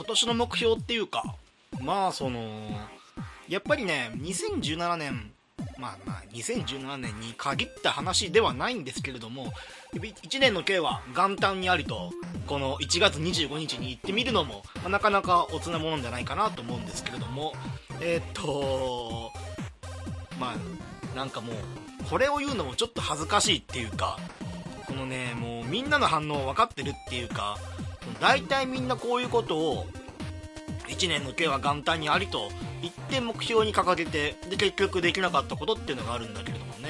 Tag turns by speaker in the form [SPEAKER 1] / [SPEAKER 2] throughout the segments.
[SPEAKER 1] 今年の目標っていうか、やっぱりね、2017年、2017年に限った話ではないんですけれども、1年の計は元旦にありと、この1月25日に行ってみるのも、なかなかおつなものじゃないかなと思うんですけれども、なんかもう、これを言うのもちょっと恥ずかしいっていうか、このね、もうみんなの反応分かってるっていうか、大体みんなこういうことを、1年の計は元旦にありと一点目標に掲げて、で結局できなかったことっていうのがあるんだけれどもね、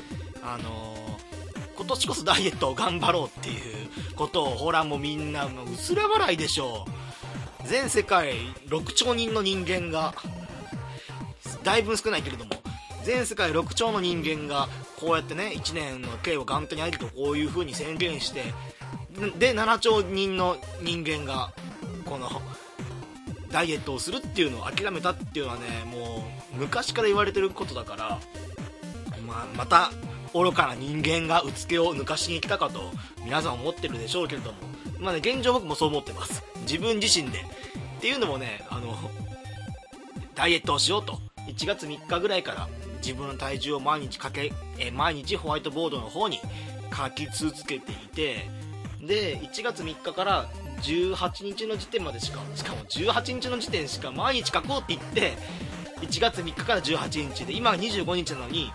[SPEAKER 1] 今年こそダイエットを頑張ろうっていうことを、ほらもうみんなうすら笑いでしょう。全世界6兆人の人間が、だいぶ少ないけれども、全世界6兆の人間がこうやってね、1年の計は元旦にありとこういう風に宣言して、で7兆人の人間がこのダイエットをするっていうのを諦めたっていうのはね、もう昔から言われてることだから、また愚かな人間がうつけを抜かしに来たかと皆さん思ってるでしょうけれども、現状僕もそう思ってます。自分自身でっていうのもね、ダイエットをしようと1月3日ぐらいから自分の体重を毎日ホワイトボードの方に書き続けていて、で1月3日から18日の時点までしかも18日の時点しか毎日書こうって言って、1月3日から18日で今が25日なのに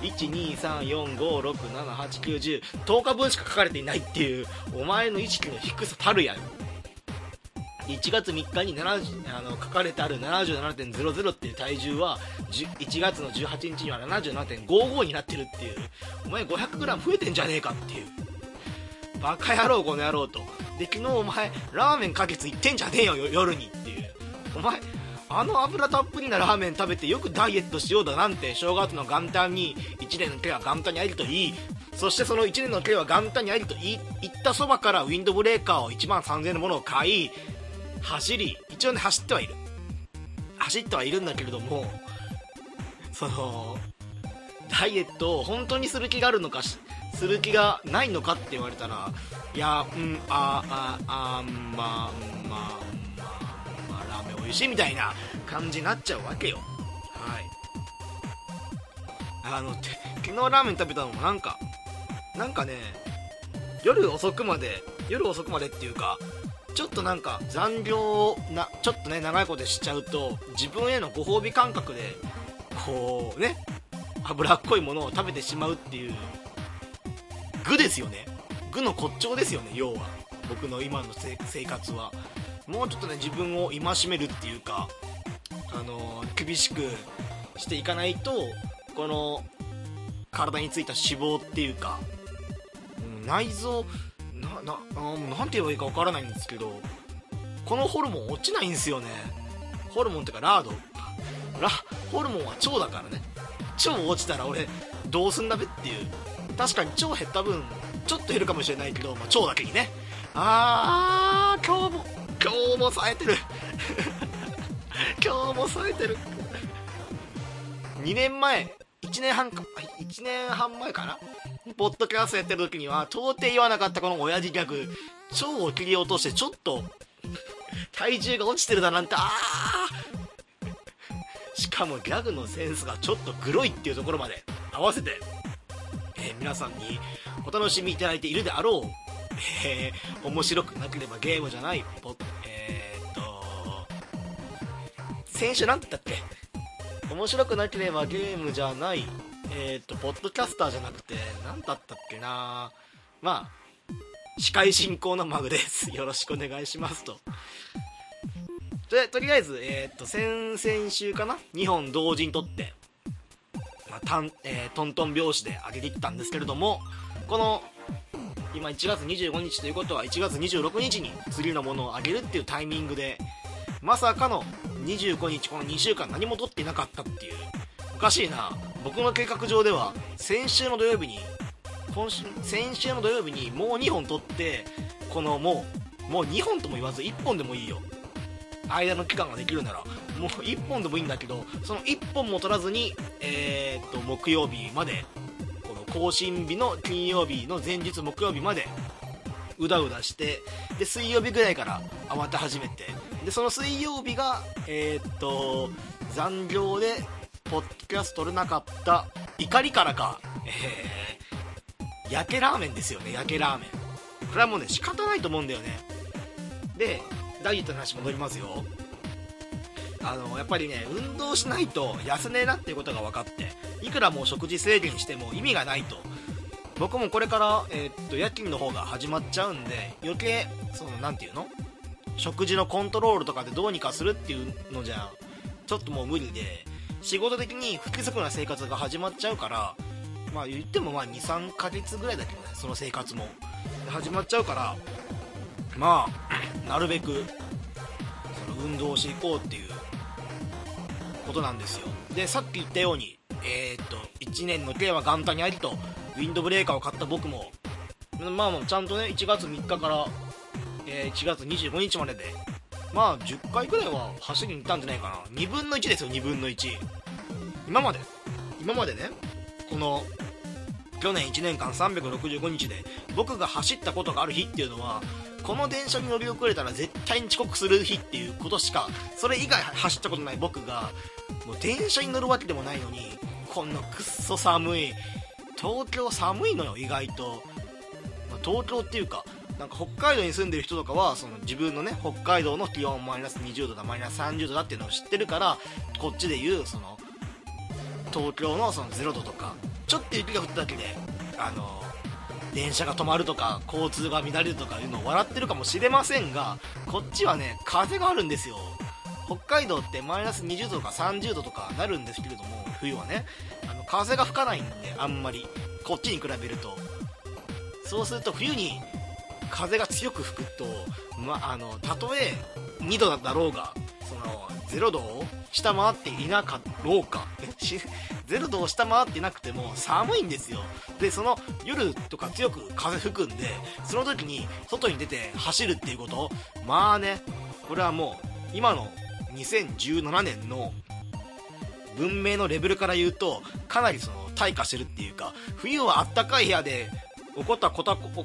[SPEAKER 1] 1,2,3,4,5,6,7,8,9,10 10日分しか書かれていないっていう、お前の意識の低さたるや。1月3日に書かれてある 77.00 っていう体重は1月の18日には 77.55 になってるっていう、お前 500g 増えてんじゃねえかっていう、バカ野郎この野郎と。で昨日お前ラーメンかけついってんじゃねえよ夜にっていう、お前油たっぷりなラーメン食べてよくダイエットしようだなんて、正月の元旦に1年の計は元旦にありと言い、そしてその1年の計は元旦にありと言ったそばからウィンドブレーカーを1万3000円のものを買い、一応ね走ってはいるんだけれども、そのダイエットを本当にする気があるのかする気がないのかって言われたら、いやラーメン美味しいみたいな感じになっちゃうわけよ。はい。昨日ラーメン食べたのもなんかね、夜遅くまでっていうか、ちょっとなんか残業をちょっとね長いことしちゃうと、自分へのご褒美感覚でこうね、脂っこいものを食べてしまうっていう具ですよね。具の骨頂ですよね。要は僕の今の生活はもうちょっとね、自分を戒めるっていうか、厳しくしていかないと、この体についた脂肪っていうか、内臓なんて言えばいいか分からないんですけど、このホルモン落ちないんですよね。ホルモンっていうかホルモンは腸だからね。腸落ちたら俺どうすんだべっていう。確かに腸減った分ちょっと減るかもしれないけど、腸だけにね。今日も冴えてる今日も冴えてる2年前1年半前かな、ポッドキャストやってる時には到底言わなかったこの親父ギャグ、腸を切り落としてちょっと体重が落ちてるだなんて、しかもギャグのセンスがちょっとグロいっていうところまで合わせて、皆さんにお楽しみいただいているであろう、面白くなければゲームじゃない先週なんて言ったっけ、面白くなければゲームじゃない、ポッドキャスターじゃなくて何だったっけな。司会進行のマグです。よろしくお願いしますと。とりあえず、先々週かな、2本同時に撮って、トントン拍子で上げていったんですけれども、この今1月25日ということは1月26日に次のものを上げるっていうタイミングで、まさかの25日この2週間何も撮っていなかったっていう、おかしいな。僕の計画上では先週の土曜日にもう2本撮って、このもう2本とも言わず1本でもいいよ、間の期間ができるならもう1本でもいいんだけど、その1本も取らずに木曜日まで、この更新日の金曜日の前日木曜日までうだうだして、で水曜日ぐらいから慌て始めて、 でその水曜日が残業でポッドキャスト撮れなかった怒りからか、焼けラーメンですよね。焼けラーメン、これはもうね仕方ないと思うんだよね。でダイエットの話戻りますよ。やっぱりね運動しないと痩せねえなっていうことが分かって、いくらもう食事制限しても意味がないと。僕もこれから、夜勤の方が始まっちゃうんで、余計なんていうの、食事のコントロールとかでどうにかするっていうのじゃちょっともう無理で、仕事的に不規則な生活が始まっちゃうから、まあ言っても2,3ヶ月ぐらいだけどね、その生活も始まっちゃうから、まあなるべく運動をしていこうっていうことなんですよ。でさっき言ったように1年の計は元旦にありとウィンドブレーカーを買った僕も、まあちゃんとね1月3日から1月25日までで10回くらいは走りに行ったんじゃないかな。2分の1ですよ、2分の1。今までね、この去年1年間365日で僕が走ったことがある日っていうのは、この電車に乗り遅れたら絶対に遅刻する日っていうことしか、それ以外走ったことない僕がもう電車に乗るわけでもないのに、こんなくっそ寒い東京、寒いのよ意外と。東京っていうかなんか北海道に住んでる人とかは自分のね北海道の気温マイナス20度だマイナス30度だっていうのを知ってるから、こっちでいう東京の0度とかちょっと雪が降っただけで電車が止まるとか交通が乱れるとかいうのを笑ってるかもしれませんが、こっちはね風があるんですよ。北海道ってマイナス20度とか30度とかなるんですけれども、冬はね風が吹かないんで、あんまりこっちに比べると。そうすると冬に風が強く吹くと、たとえ2度だろうが0度を下回っていなかろうか0度を下回っていなくても寒いんですよ。で夜とか強く風吹くんで、その時に外に出て走るっていうこと、これはもう今の2017年の文明のレベルから言うとかなり退化してるっていうか、冬はあったかい部屋でおこた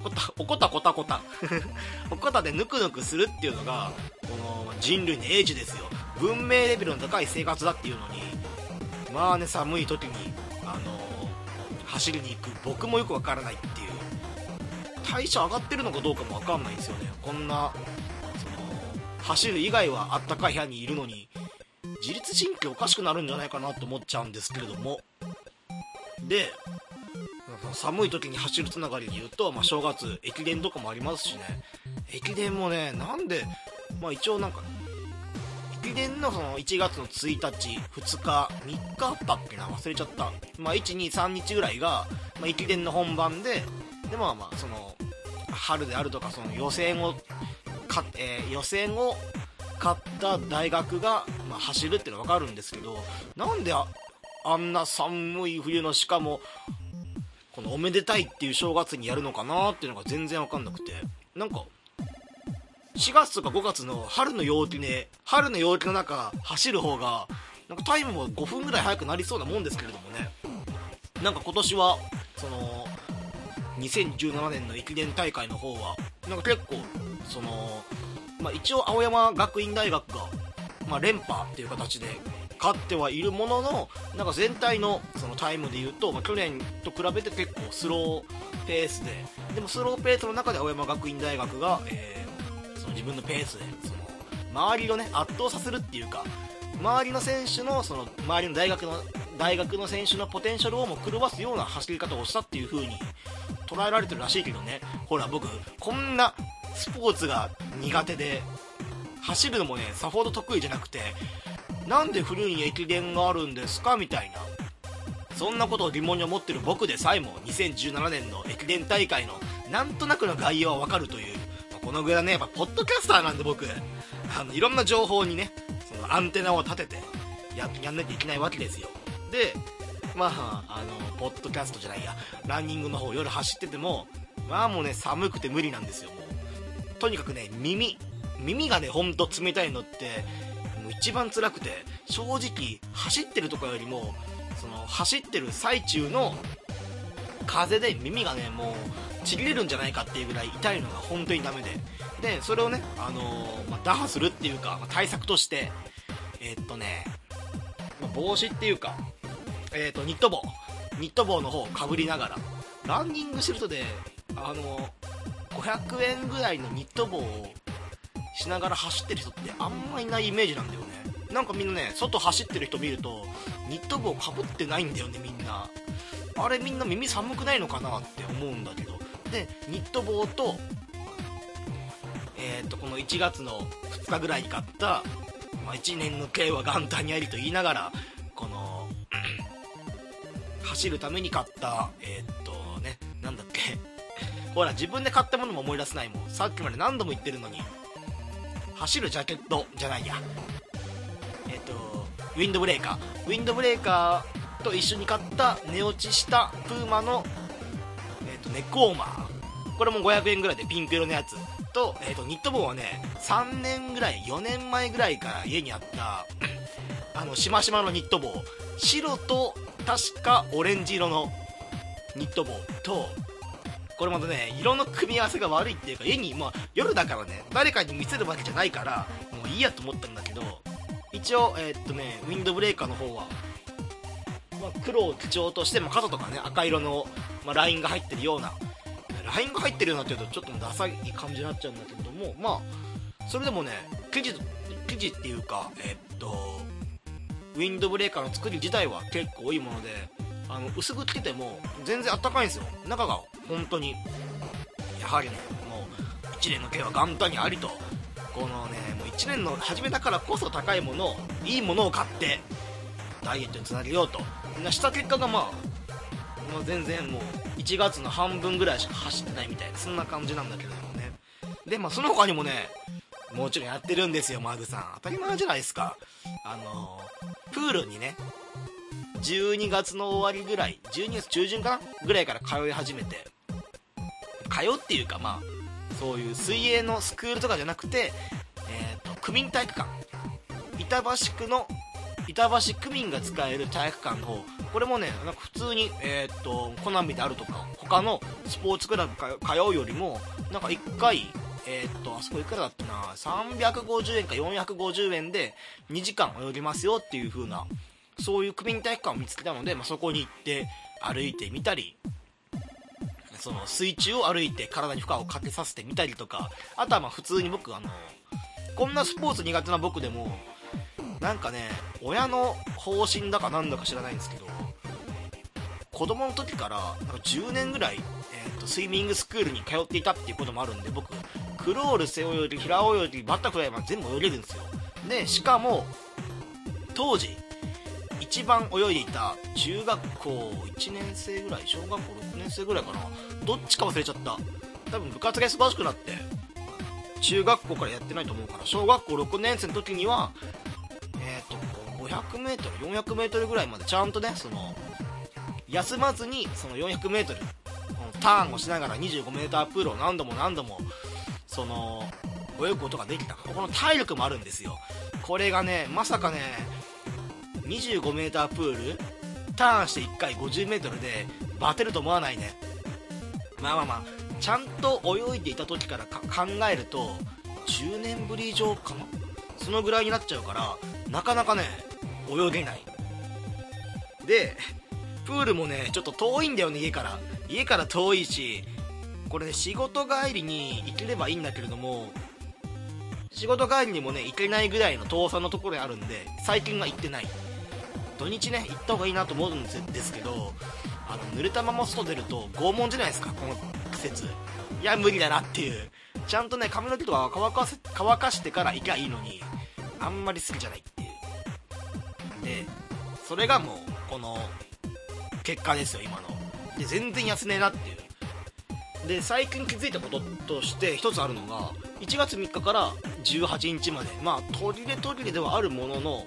[SPEAKER 1] でぬくぬくするっていうのがこの人類の英知ですよ。文明レベルの高い生活だっていうのに、寒い時に走りに行く僕もよくわからないっていう。代謝上がってるのかどうかもわかんないんですよね。こんな走る以外はあったかい部屋にいるのに自律神経おかしくなるんじゃないかなと思っちゃうんですけれども。で寒い時に走るつながりで言うと、正月駅伝とかもありますしね。駅伝もね、なんで一応駅伝の1月の1日2日3日あったっけな、忘れちゃった。123日ぐらいが、駅伝の本番で、春であるとか予選を勝った大学が、走るっていうのは分かるんですけど、なんであんな寒い冬の、しかもこのおめでたいっていう正月にやるのかなっていうのが全然分かんなくて、なんか4月とか5月の春の陽気の中走る方がなんかタイムも5分ぐらい速くなりそうなもんですけれどもね。なんか今年は2017年の駅伝大会の方はなんか結構一応青山学院大学が、連覇っていう形で勝ってはいるものの、なんか全体のタイムでいうと、去年と比べて結構スローペースでもスローペースの中で青山学院大学が、自分のペースで周りをね圧倒させるっていうか、周りの選手の周りの大学の選手のポテンシャルをも狂わすような走り方をしたっていう風に捉えられてるらしいけどね。ほら僕こんなスポーツが苦手で走るのもねさほど得意じゃなくて、なんで冬に駅伝があるんですかみたいな、そんなことを疑問に思ってる僕でさえも2017年の駅伝大会のなんとなくの概要はわかるという、このぐらいねやっぱポッドキャスターなんで僕いろんな情報にねアンテナを立ててやんなきゃいけないわけですよ。でポッドキャストじゃないやランニングの方夜走っててももうね寒くて無理なんですよ。もうとにかくね耳がねほんと冷たいのってもう一番辛くて、正直走ってるとかよりも走ってる最中の風邪で耳がねもうちぎれるんじゃないかっていうぐらい痛いのが本当にダメでそれをね、打破するっていうか、対策として帽子っていうか、ニット帽の方をかぶりながらランニングしてる人で500円ぐらいのニット帽をしながら走ってる人ってあんまいないイメージなんだよね。なんかみんなね、外走ってる人見るとニット帽かぶってないんだよね。みんなあれ、みんな耳寒くないのかなって思うんだけど、でニット帽とこの1月の2日ぐらいに買った、1年の計は元旦にありと言いながら、この走るために買ったなんだっけほら、自分で買ったものも思い出せないもん。さっきまで何度も言ってるのに。走るジャケットじゃないや、ウィンドブレーカーと一緒に買った寝落ちしたプーマの、ネックウォーマー、これも500円ぐらいでピンク色のやつと、ニット帽はね3年ぐらい4年前ぐらいから家にあったしましまのニット帽、白と確かオレンジ色のニット帽と、これまたね色の組み合わせが悪いっていうか、家に夜だからね誰かに見せるわけじゃないからもういいやと思ったんだけど、一応ウィンドブレーカーの方は、黒を基調として肩とかね赤色の、ラインが入ってるような、ラインが入ってるようなっていうとちょっとダサい感じになっちゃうんだけれども、それでもね生地っていうかウィンドブレーカーの作り自体は結構いいもので、薄くつけても全然あったかいんですよ。中が本当にやはりね、もう1年の計は元旦にありと、このねもう1年の初めだからこそ高いもの、いいものを買ってダイエットにつなげようとした結果が全然もう1月の半分ぐらいしか走ってないみたいな、そんな感じなんだけれどもね。でその他にもねもちろんやってるんですよ、マグさん。当たり前じゃないですか。プールにね12月の終わりぐらい、12月中旬かなぐらいから通い始めて、通うっていうかそういう水泳のスクールとかじゃなくて、区民体育館、板橋区民が使える体育館の方、これもねなんか普通にコナミであるとか他のスポーツクラブ通うよりもなんか1回あそこいくらだったな、350円か450円で2時間泳ぎますよっていう風な、そういう区民体育館を見つけたので、そこに行って歩いてみたり、その水中を歩いて体に負荷をかけさせてみたりとか、あとは普通に僕こんなスポーツ苦手な僕でもなんかね親の方針だかなんだか知らないんですけど、子供の時からなんか10年ぐらい、スイミングスクールに通っていたっていうこともあるんで、僕クロール、背泳ぎ、平泳ぎ、バタフライは全部泳げるんですよ。でしかも当時一番泳いでいた中学校1年生ぐらい、小学校6年生ぐらいかな、どっちか忘れちゃった。多分部活が忙しくなって中学校からやってないと思うから、小学校6年生の時には500m、400m ぐらいまでちゃんとね休まずにその 400m ターンをしながら 25m プールを何度も泳ぐことができた。この体力もあるんですよ。これがねまさかね 25m プールターンして1回 50m でバテると思わないね。ちゃんと泳いでいた時から考えると10年ぶり以上かな、そのぐらいになっちゃうからなかなかね泳げない。でプールもねちょっと遠いんだよね、家から遠いし、これね仕事帰りに行ければいいんだけれども、仕事帰りにもね行けないぐらいの遠さのところにあるんで最近は行ってない。土日ね行った方がいいなと思うんですけど、濡れたまま外出ると拷問じゃないですか、この季節。いや無理だなっていう、ちゃんとね髪の毛とか乾かしてから行きゃいいのにあんまり好きじゃないっていう。でそれがもうこの結果ですよ今ので。全然痩せねえなっていう。で最近気づいたこととして一つあるのが、1月3日から18日まで途切れではあるものの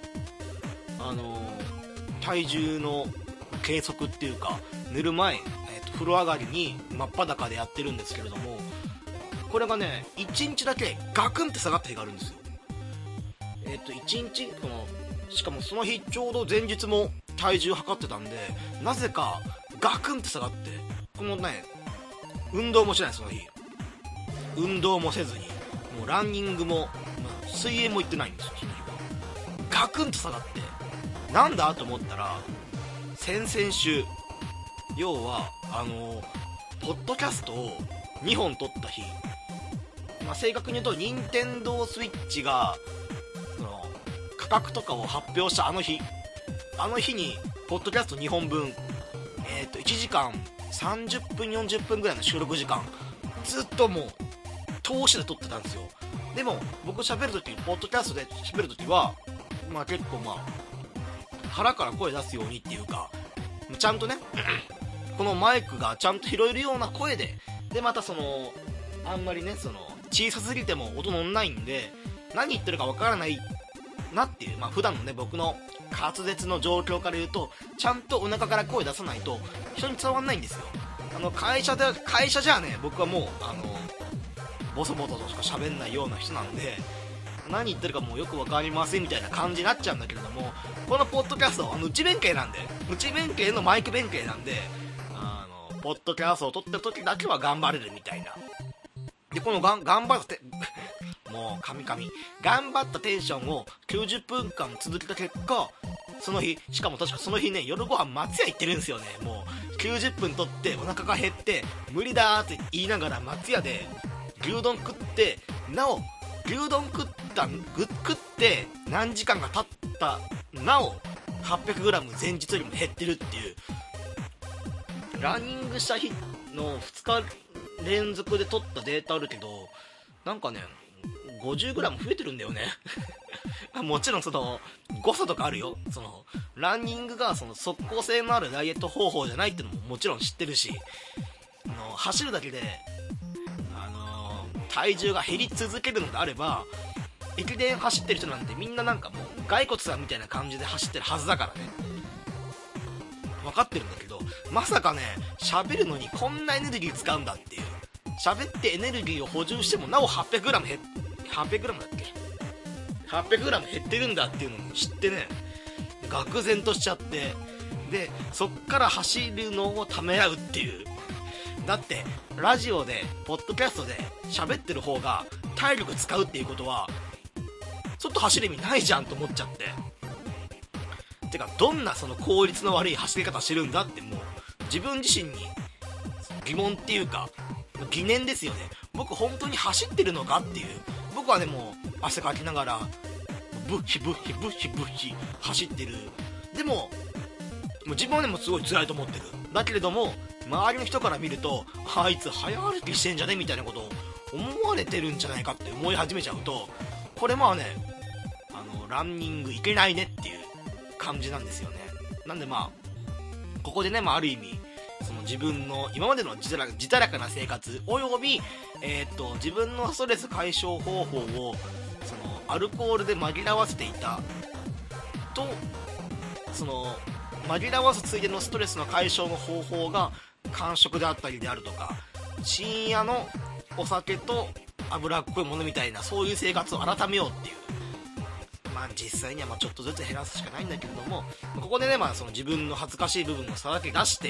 [SPEAKER 1] 体重の計測っていうか、寝る前、風呂上がりに真っ裸でやってるんですけれども、これがね1日だけガクンって下がった日があるんですよ。1日しかもその日ちょうど前日も体重測ってたんで、なぜかガクンって下がって、 このね、運動もしない、その日運動もせずに、もうランニングも、水泳も行ってないんですよ。その日はガクンと下がって、なんだと思ったら、先々週、要はポッドキャストを2本撮った日、正確に言うと任天堂スイッチがその価格とかを発表したあの日にポッドキャスト2本分、1時間30分40分ぐらいの収録時間ずっともう通しで撮ってたんですよ。でも僕喋るとき、ポッドキャストで喋るときは結構腹から声出すようにっていうか、ちゃんとねこのマイクがちゃんと拾えるような声で、またあんまりね小さすぎても音乗んないんで、何言ってるかわからないなっていう、普段のね僕の滑舌の状況から言うと、ちゃんとお腹から声出さないと人に伝わんないんですよ。会社じゃあね、僕はもうボソボソとしか喋んないような人なんで、何言ってるかもうよくわかりませんみたいな感じになっちゃうんだけれども、このポッドキャスト内弁慶なんで、内弁慶のマイク弁慶なんで、ポッドキャストを撮ってる時だけは頑張れるみたいな。でこの頑張ってもう神々頑張ったテンションを90分間続けた結果、その日、しかも確かその日ね、夜ご飯松屋行ってるんですよね。もう90分撮ってお腹が減って無理だーって言いながら松屋で牛丼食って、なお牛丼食って何時間が経ったなお 800g 前日よりも減ってるっていう。ランニングした日の2日連続で取ったデータあるけど、なんかね 50g 増えてるんだよねもちろん誤差とかあるよ。ランニングが即効性のあるダイエット方法じゃないってのももちろん知ってるし、走るだけで体重が減り続けるのであれば、駅伝走ってる人なんてみんななんかもう骸骨さんみたいな感じで走ってるはずだからね、分かってるんだけど、まさかね喋るのにこんなエネルギー使うんだっていう。喋ってエネルギーを補充してもなお 800g だっけ 800g 減ってるんだっていうのを知ってね、愕然としちゃって、でそっから走るのをためらうっていう。だってラジオでポッドキャストで喋ってる方が体力使うっていうことはちょっと走る意味ないじゃんと思っちゃって、てかどんな効率の悪い走り方してるんだって、もう自分自身に疑問っていうか疑念ですよね。僕本当に走ってるのかっていう。僕はねもう汗かきながらブッヒブッヒブッヒブッヒ走ってる。でも自分はねもうすごい辛いと思ってる。だけれども周りの人から見ると、あいつ早歩きしてんじゃねみたいなことを思われてるんじゃないかって思い始めちゃうと、これランニングいけないねっていう感じなんですよね。なんでここでね、ある意味自分の今までの自堕落な生活および、自分のストレス解消方法をアルコールで紛らわせていたと、紛らわすついでのストレスの解消の方法が間食であったりであるとか、深夜のお酒と脂っこいものみたいな、そういう生活を改めようっていう。実際にはちょっとずつ減らすしかないんだけれども、ここでね、自分の恥ずかしい部分をさらけ出して、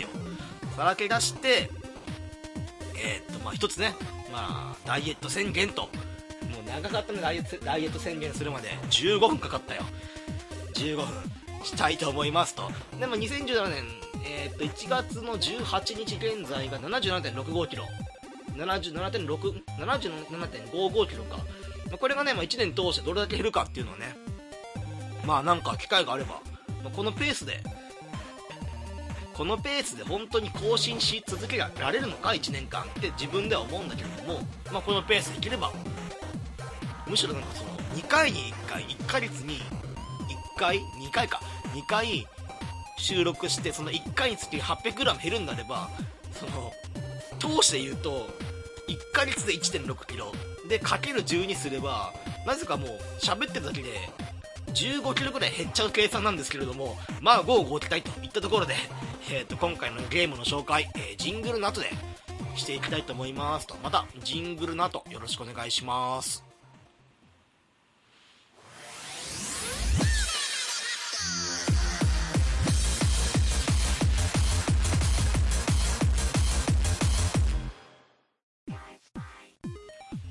[SPEAKER 1] 一つね、ダイエット宣言と、もう長かったね、ダイエット宣言するまで15分かかったよ。15分したいと思いますと。でも2017年、1月の18日現在が 77.65 キロ、77.55 キロか。これがね、1年通してどれだけ減るかっていうのをね、なんか機会があれば、このペースで本当に更新し続けられるのか1年間って自分では思うんだけれども、このペースでいければ、むしろなんか2回に1回、1ヶ月に2回収録して、その1回につき 800g 減るんだれば、通して言うと1ヶ月で 1.6 キロでかける12すれば、なぜかもう喋ってるだけで15キロぐらい減っちゃう計算なんですけれども、ごうご期待といったところで、今回のゲームの紹介、ジングルの後でしていきたいと思いますと。またジングルの後よろしくお願いします。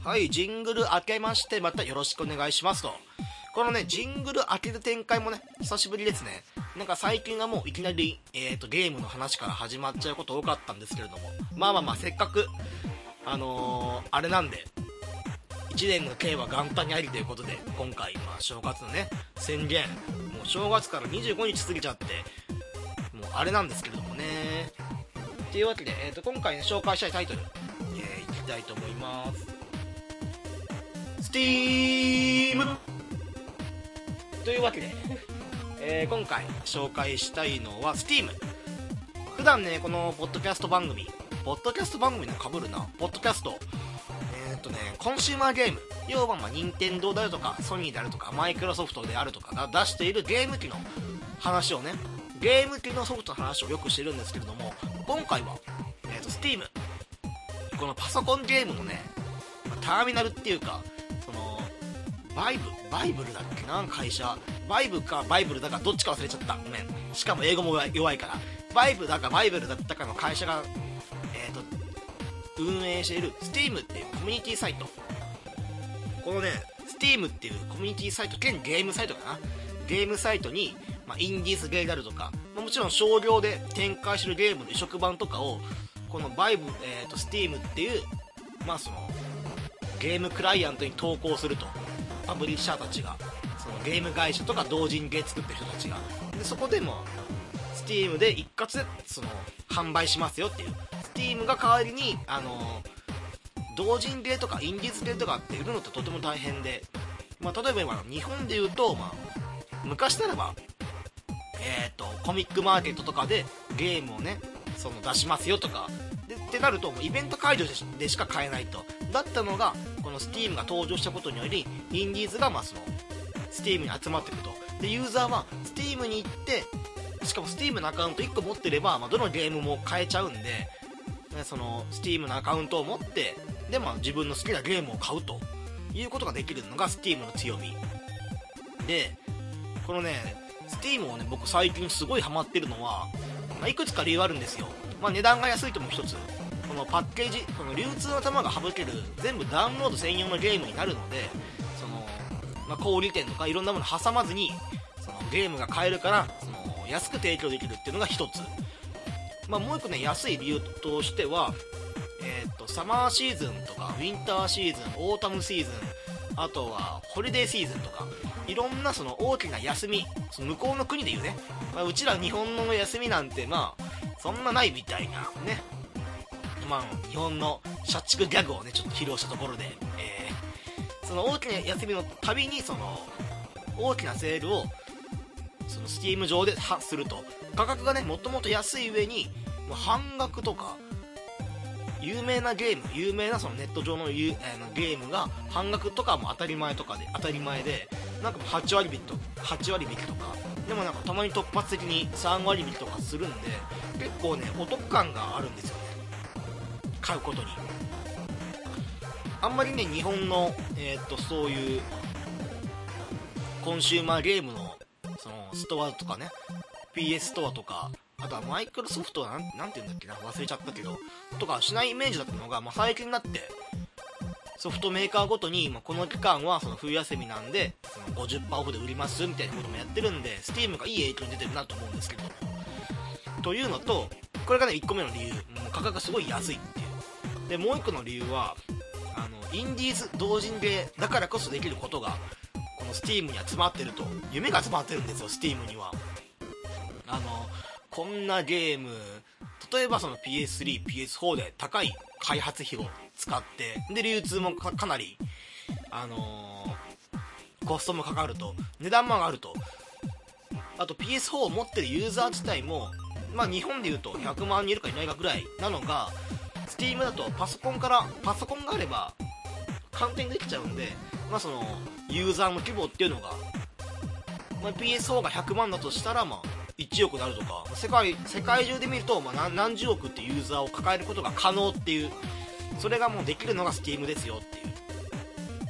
[SPEAKER 1] はい、ジングル開けましてまたよろしくお願いしますと。このね、ジングル開ける展開もね、久しぶりですね。なんか最近はもういきなり、ゲームの話から始まっちゃうこと多かったんですけれども、まあせっかく、あれなんで、1年の計は元旦にありということで、今回、正月のね、宣言、もう正月から25日過ぎちゃって、もうあれなんですけれどもね。というわけで、今回ね、紹介したいタイトル、いきたいと思います。Steam というわけで、今回紹介したいのは Steam。普段ね、このポッドキャスト番組の被るな、ポッドキャスト、コンシューマーゲーム、要は任天堂であるとか、ソニーであるとか、マイクロソフトであるとかが出しているゲーム機の話をね、ゲーム機のソフトの話をよくしてるんですけれども、今回は、Steam。このパソコンゲームのね、ターミナルっていうか、バイブルだっけな、会社。バイブかバイブルだかどっちか忘れちゃった。ごめん。しかも英語も弱いから。バイブだかバイブルだったかの会社が、運営している Steam っていうコミュニティサイト。このね、Steam っていうコミュニティサイト兼ゲームサイトかな。ゲームサイトに、インディーズゲーであるとか、もちろん商業で展開しているゲームの移植版とかを、このSteam っていう、ゲームクライアントに投稿すると。パブリッシャーたちが、そのゲーム会社とか同人ゲー作ってる人たちが、でそこでも Steam で一括で販売しますよっていう、 Steam が代わりに同人ゲーとかインディーズゲーとかって売るのってとても大変で、例えば今日本で言うと、昔ならばコミックマーケットとかでゲームをね出しますよとかでってなると、イベント会場でしか買えないと。だったのがこの Steam が登場したことにより、インディーズがSteam に集まっていくと。でユーザーは Steam に行って、しかも Steam のアカウント1個持ってれば、どのゲームも買えちゃうんで、その Steam のアカウントを持ってで、自分の好きなゲームを買うということができるのが Steam の強みで、このね Steam をね、僕最近すごいハマってるのは、いくつか理由あるんですよ。値段が安いとも一つ、このパッケージ、この流通の玉が省ける、全部ダウンロード専用のゲームになるので、小売店とかいろんなもの挟まずにゲームが買えるから、安く提供できるっていうのが一つ。もう一個ね、安い理由としては、サマーシーズンとかウィンターシーズン、オータムシーズン、あとはホリデーシーズンとか、いろんな大きな休み、向こうの国でいうね、うちら日本の休みなんてそんなないみたいなね。日本の社畜ギャグをねちょっと披露したところで、その大きな休みのたびに大きなセールをSteam 上ですると、価格がねもともと安い上に半額とか、有名なネット上のゲームが半額とかも当たり前で、なんか8割引きとかでも、なんかたまに突発的に3割引きとかするんで、結構ねお得感があるんですよね、買うことに。あんまりね日本のそういうコンシューマーゲームのストアとかね、 PS ストアとか、あとはマイクロソフトはなんて言うんだっけな、忘れちゃったけどとかしないイメージだったのが、最近になってソフトメーカーごとに、この期間は冬休みなんで50% オフで売りますみたいなこともやってるんで、 Steam がいい影響に出てるなと思うんですけども、というのと、これがね1個目の理由、価格がすごい安いっていう。でもう1個の理由は、インディーズ同人ゲーだからこそできることがこの Steam には詰まってると、夢が詰まってるんですよ Steam には。こんなゲーム、例えばPS3、PS4 で高い開発費を使って、で流通もかなりコストもかかると、値段も上がると、あと PS4 を持ってるユーザー自体も、日本でいうと100万人いるかいないかぐらいなのが、 Steam だとパソコンがあれば簡単にできちゃうんで、ユーザーの規模っていうのが、PS4 が100万だとしたら1億になるとか、世界中で見ると何十億っていうユーザーを抱えることが可能っていう、それがもうできるのが Steam ですよっていう。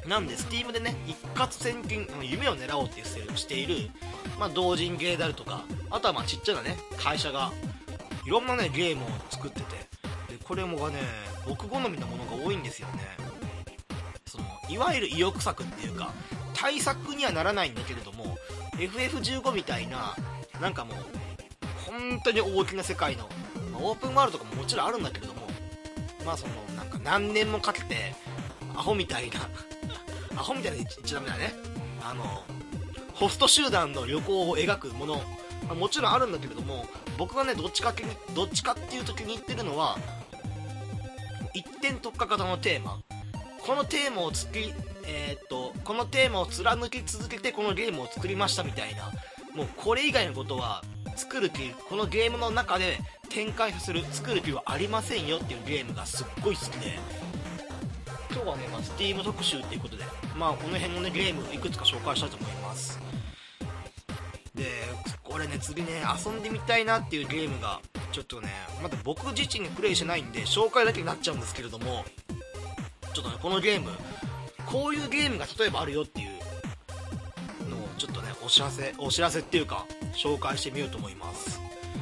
[SPEAKER 1] なんで Steam でね一括千金、夢を狙おうってしている、同人ゲーであるとか、あとはちっちゃなね会社がいろんなねゲームを作ってて、でこれもがね僕好みのものが多いんですよね。 いわゆる意欲作っていうか対策にはならないんだけれども、 FF15 みたいななんかもう本当に大きな世界の、オープンワールドとかももちろんあるんだけれども、そのなんか何年もかけてアホみたいなアホみたいな言っちゃダメだね、ホスト集団の旅行を描くもの、もちろんあるんだけれども、僕がねどっちかっていうと気に入ってるのは一点特化型のテーマ。このテーマをこのテーマを貫き続けてこのゲームを作りましたみたいな、もうこれ以外のことは作る気、このゲームの中で展開させる作る気はありませんよっていうゲームがすっごい好きで、今日はね、Steam 特集っていうことで、この辺のねゲームいくつか紹介したいと思います。でこれね次ね遊んでみたいなっていうゲームがちょっとねまだ僕自身にプレイしてないんで紹介だけになっちゃうんですけれども、ちょっとねこのゲームこういうゲームが例えばあるよっていうのをちょっとねお知らせっていうか紹介してみようと思います。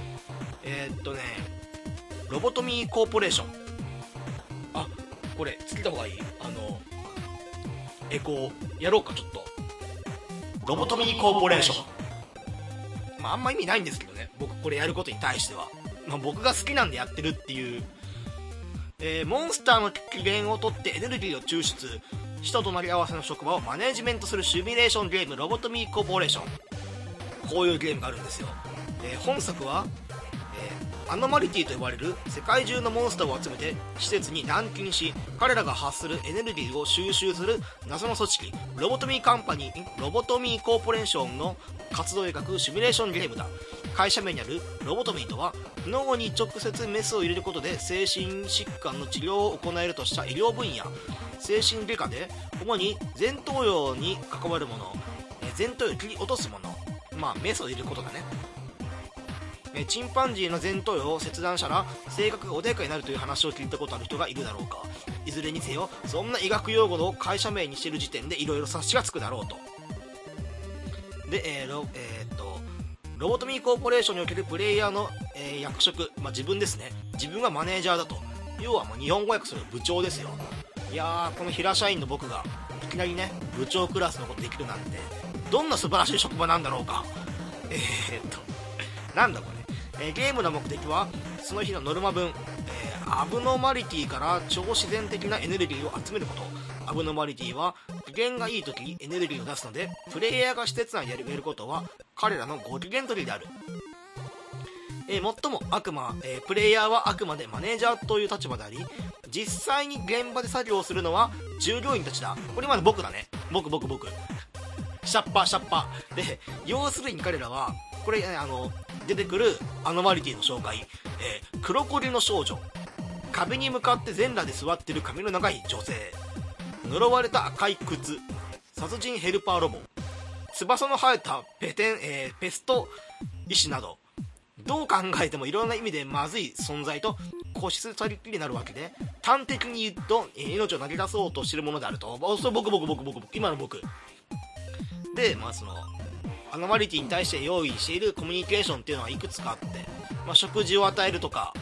[SPEAKER 1] ロボトミーコーポレーション、これつけた方がいい、エコーやろうか。ちょっとロボトミーコーポレーション、あんま意味ないんですけどね、僕これやることに対しては、僕が好きなんでやってるっていう、モンスターの起源を取ってエネルギーを抽出、死と隣り合わせの職場をマネージメントするシミュレーションゲームロボトミーコーポレーション、こういうゲームがあるんですよ。本作は、アノマリティと呼ばれる世界中のモンスターを集めて施設に軟禁し、彼らが発するエネルギーを収集する謎の組織ロボトミーコーポレーションの活動を描くシミュレーションゲームだ。会社名にあるロボトミーとは脳に直接メスを入れることで精神疾患の治療を行えるとした医療分野、精神外科で主に前頭葉に関わるもの、前頭葉を切り落とすもの、メスを入れることだね。チンパンジーの前頭葉を切断したら性格が穏やかになるという話を聞いたことある人がいるだろうか。いずれにせよそんな医学用語を会社名にしている時点でいろいろ察しがつくだろうと。で、ロボトミーコーポレーションにおけるプレイヤーの、役職、自分ですね。自分はマネージャーだと。要は日本語訳する部長ですよ。いやー、この平社員の僕がいきなりね部長クラスのことできるなんてどんな素晴らしい職場なんだろうか。なんだこれ。ゲームの目的はその日のノルマ分、アブノマリティから超自然的なエネルギーを集めること。アブノマリティは機嫌がいい時にエネルギーを出すので、プレイヤーが施設内でやることは彼らのご機嫌取りである。最もプレイヤーはあくまでマネージャーという立場であり、実際に現場で作業をするのは従業員たちだ。これ今の僕だね。僕下っ端で、要するに彼らはこれ、出てくるアノマリティの紹介、黒子リの少女、壁に向かって全裸で座ってる髪の長い女性、呪われた赤い靴、殺人ヘルパーロボ、翼の生えたペスト医師など、どう考えてもいろんな意味でまずい存在と固執されきりになるわけで、端的に言うと、命を投げ出そうとしているものであると。それ僕今の僕で、そのアノマリティに対して用意しているコミュニケーションっていうのはいくつかあって、食事を与えるとか、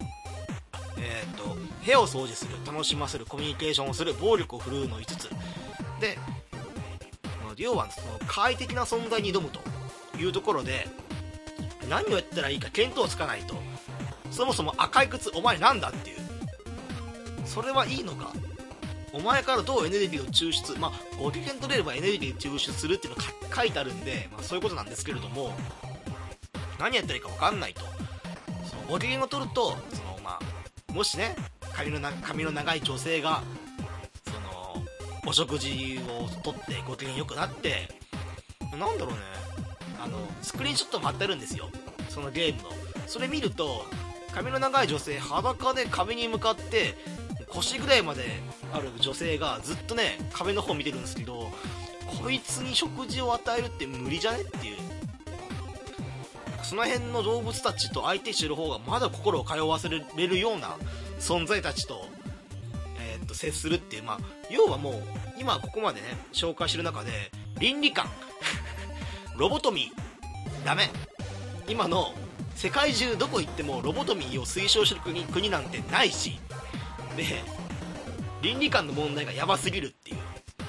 [SPEAKER 1] 部屋を掃除する、楽しませる、コミュニケーションをする、暴力を振るうの5つで、要はその快適な存在に挑むというところで、何をやったらいいか見当つかないと。そもそも赤い靴お前なんだっていう、それはいいのか、お前からどうエネルギーを抽出、ご機嫌取れればエネルギーを抽出するっていうのが書いてあるんで、そういうことなんですけれども、何やったらいいか分かんないと。そのご機嫌を取ると、もしね髪の長い女性がそのお食事をとってご機嫌よくなって、なんだろうね、スクリーンショットも貼ってあるんですよ、そのゲームの。それ見ると髪の長い女性裸で壁に向かって腰ぐらいまである女性がずっとね壁の方見てるんですけど、こいつに食事を与えるって無理じゃねっていう。その辺の動物たちと相手してる方がまだ心を通わせれるような存在たちと、接するっていう、要はもう今ここまでね紹介してる中で倫理観ロボトミーダメ。今の世界中どこ行ってもロボトミーを推奨してる国なんてないし、で倫理観の問題がヤバすぎるっていう。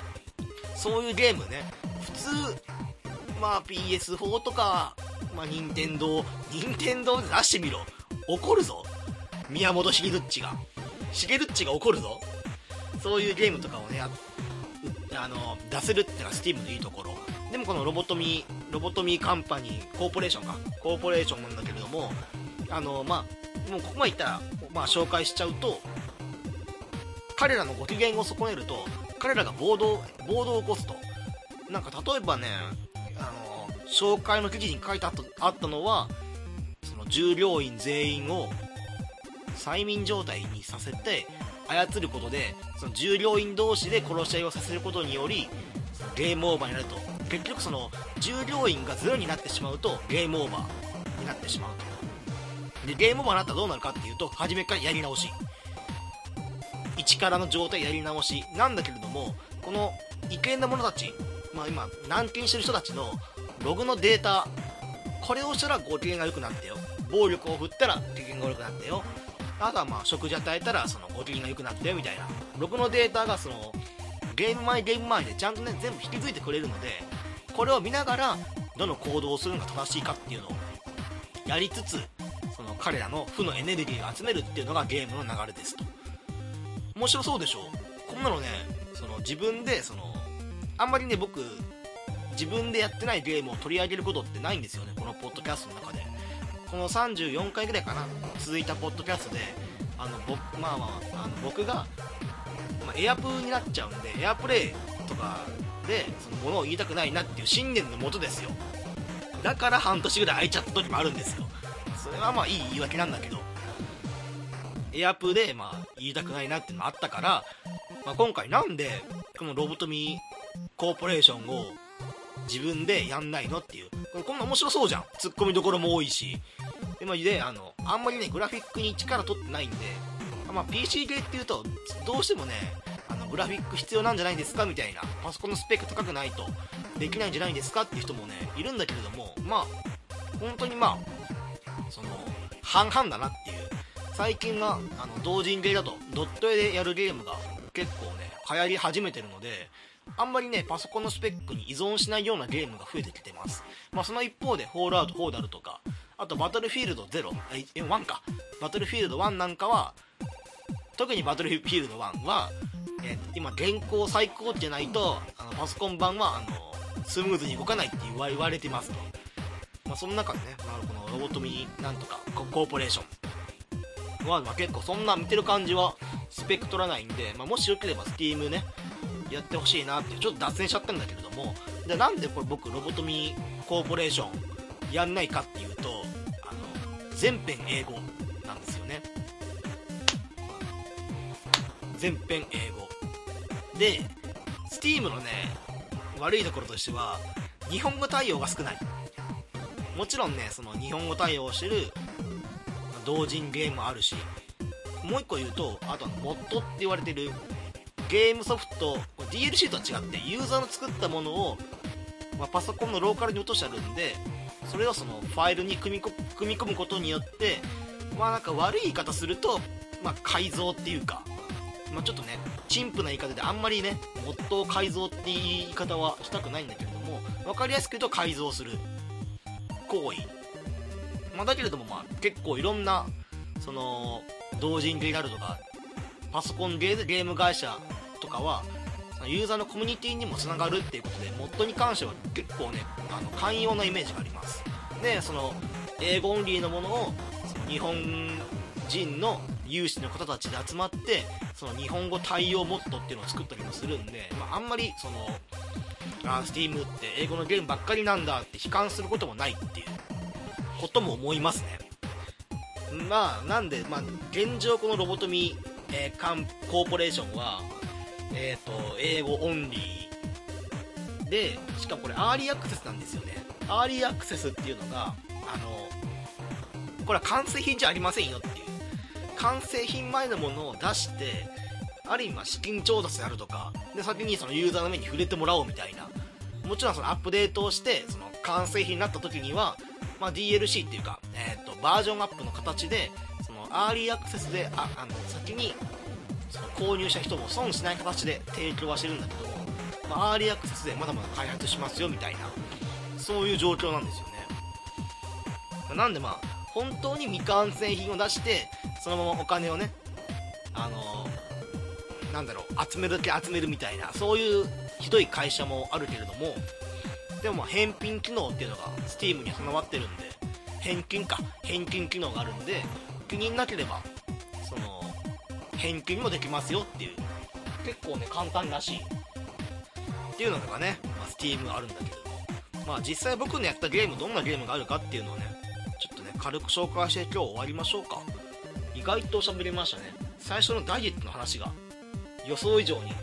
[SPEAKER 1] そういうゲームね、普通、まあ PS4 とか、まあ任天堂で出してみろ。怒るぞ。宮本茂っちが怒るぞ。そういうゲームとかをね、出せるっていうのが Steam のいいところ。でもこのロボトミーカンパニー、コーポレーションなんだけれども、まあ、もうここまで言ったら、まあ紹介しちゃうと、彼らのご機嫌を損ねると、彼らが暴動を起こすと。なんか例えばね、紹介の記事に書いてあったのは、その従業員全員を催眠状態にさせて操ることで、その従業員同士で殺し合いをさせることによりゲームオーバーになると。結局その従業員がゼロになってしまうとゲームオーバーになってしまうと。でゲームオーバーになったらどうなるかっていうと、初めからやり直し、一からの状態やり直しなんだけれども、この意見な者たち、まあ今軟禁してる人たちのログのデータ、これをしたらご機嫌が良くなってよ、暴力を振ったらご機嫌が悪くなってよ、あとはまあ食事与えたらそのご機嫌が良くなってよみたいなログのデータがそのゲーム前でちゃんとね全部引き継いでくれるので、これを見ながらどの行動をするのが正しいかっていうのをやりつつ、その彼らの負のエネルギーを集めるっていうのがゲームの流れですと。面白そうでしょ。こんなのね、その自分であんまりね、僕自分でやってないゲームを取り上げることってないんですよね、このポッドキャストの中で。この34回ぐらいかな続いたポッドキャストで、僕が、エアプになっちゃうんで、エアプレイとかでそのものを言いたくないなっていう信念のもとですよ。だから半年ぐらい空いちゃった時もあるんですよ。それはまあいい言い訳なんだけど、エアプでまあ言いたくないなっていうのがあったから、今回なんでこのロボトミーコーポレーションを自分でやんないのっていう、こんな面白そうじゃん、ツッコミどころも多いし、であんまりねグラフィックに力取ってないんで、PC ゲーっていうとどうしてもねグラフィック必要なんじゃないですかみたいな、パソコンのスペック高くないとできないんじゃないですかっていう人もねいるんだけれども、本当にその半々だなっていう。最近は同人ゲーだとドット絵でやるゲームが結構ね流行り始めてるので、あんまりねパソコンのスペックに依存しないようなゲームが増えてきてます。その一方でホールアウト4であるとか、あとバトルフィールド1か、バトルフィールド1なんかは、特にバトルフィールド1は、今現行最高値じゃないとパソコン版はスムーズに動かないって言われてますと。その中でね、このロボトミーなんとかコーポレーションは、結構そんな見てる感じはスペック取らないんで、もしよければ Steam ねやってほしいなっていう。ちょっと脱線しちゃったんだけれども、じゃあなんでこれ僕ロボトミーコーポレーションやんないかっていうと、全編英語なんですよね。全編英語で Steam のね悪いところとしては日本語対応が少ない。もちろんねその日本語対応してる同人ゲームもあるし、もう一個言うと、あとモッドって言われてるゲームソフト、 DLC とは違ってユーザーの作ったものを、パソコンのローカルに落としてあるんで、それをそのファイルに組み込むことによって、なんか悪い言い方すると、改造っていうか、ちょっとね陳腐な言い方であんまりねモッドを改造って言い方はしたくないんだけれども、分かりやすく言うと改造する行為、だけれども結構いろんなその同人ゲーであるとかパソコンゲーム会社とかはユーザーのコミュニティにもつながるっていうことで、モッドに関しては結構ね寛容なイメージがあります。でその英語オンリーのものをその日本人の有志の方たちで集まってその日本語対応モッドっていうのを作ったりもするんで、あんまりそのSteam って英語のゲームばっかりなんだって悲観することもないっていうことも思いますね。なんで現状このロボトミコーポレーションは英語オンリーで、しかもこれアーリーアクセスなんですよね。アーリーアクセスっていうのがこれは完成品じゃありませんよっていう、完成品前のものを出してある意味資金調達であるとかで先にそのユーザーの目に触れてもらおうみたいな、もちろんそのアップデートをしてその完成品になった時には、DLC っていうか、バージョンアップの形でそのアーリーアクセスで先にその購入した人も損しない形で提供はしてるんだけども、 アーリーアクセスでまだまだ開発しますよみたいな、そういう状況なんですよね。なんで本当に未完成品を出してそのままお金をね、集めるだけ集めるみたいな、そういうひどい会社もあるけれども、でも返品機能っていうのが Steam に備わってるんで、返金機能があるんで、気になければその返金もできますよっていう、結構ね簡単らしいっていうのがね、Steam あるんだけれども、実際僕のやったゲーム、どんなゲームがあるかっていうのをね、ちょっとね軽く紹介して今日終わりましょうか。意外と喋りましたね。最初のダイエットの話が予想以上に